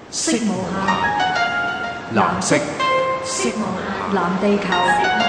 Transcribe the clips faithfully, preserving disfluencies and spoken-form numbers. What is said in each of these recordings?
色無限，藍色，色無限，藍地球。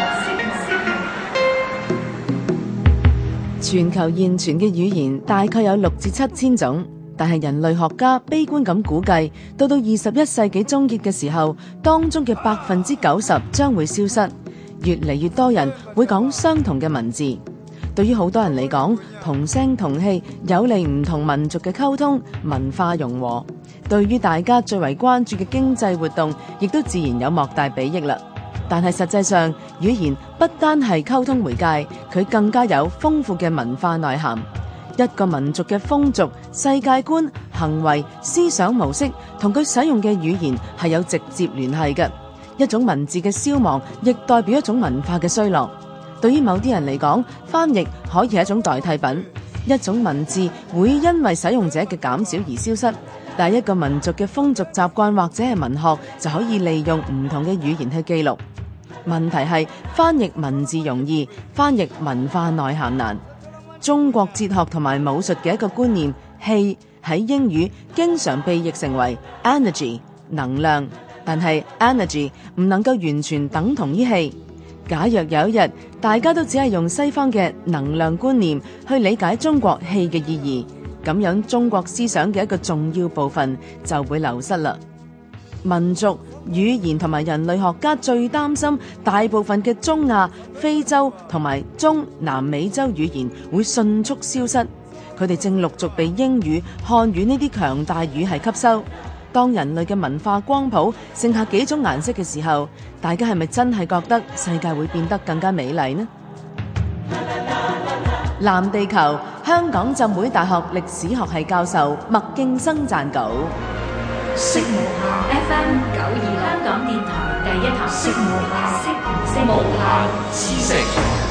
全球現存嘅語言大概有六至七千種，但係人類學家悲觀咁估計，到到二十一世紀終結嘅時候，當中嘅百分之九十將會消失，越嚟越多人會講相同嘅文字。對於好多人嚟講，同聲同氣有利唔同民族嘅溝通、文化融合。對於大家最為關注嘅經濟活動，亦都自然有莫大裨益啦。但係實際上，語言不單係溝通媒介，佢更加有豐富嘅文化內涵。一個民族嘅風俗、世界觀、行為、思想模式，同佢使用嘅語言係有直接聯繫嘅。一種文字嘅消亡，亦代表一種文化嘅衰落。對於某啲人嚟講，翻譯可以係一種代替品。一種文字會因為使用者嘅減少而消失，但一個民族嘅風俗習慣或者係文學就可以利用唔同嘅語言去記錄。問題係翻譯文字容易，翻譯文化內涵難。中國哲學同埋武術嘅一個觀念，氣喺英語經常被譯成為 energy 能量，但係 energy 唔能夠完全等同於氣。假若有一日大家都只係用西方嘅能量觀念去理解中國氣嘅意義，咁樣中國思想嘅一個重要部分就會流失啦。民族、語言同埋人類學家最擔心大部分嘅中亞、非洲同埋中南美洲語言會迅速消失，佢哋正陸續被英語、漢語呢啲強大語系吸收。當人類嘅文化光譜剩下幾種顏色嘅時候，大家係咪真係覺得世界會變得更加美麗呢？藍地球，香港浸會大學歷史學系教授麥勁生撰稿。 色無限 F M 九二六香港電台第一台，色無限，色無限知識。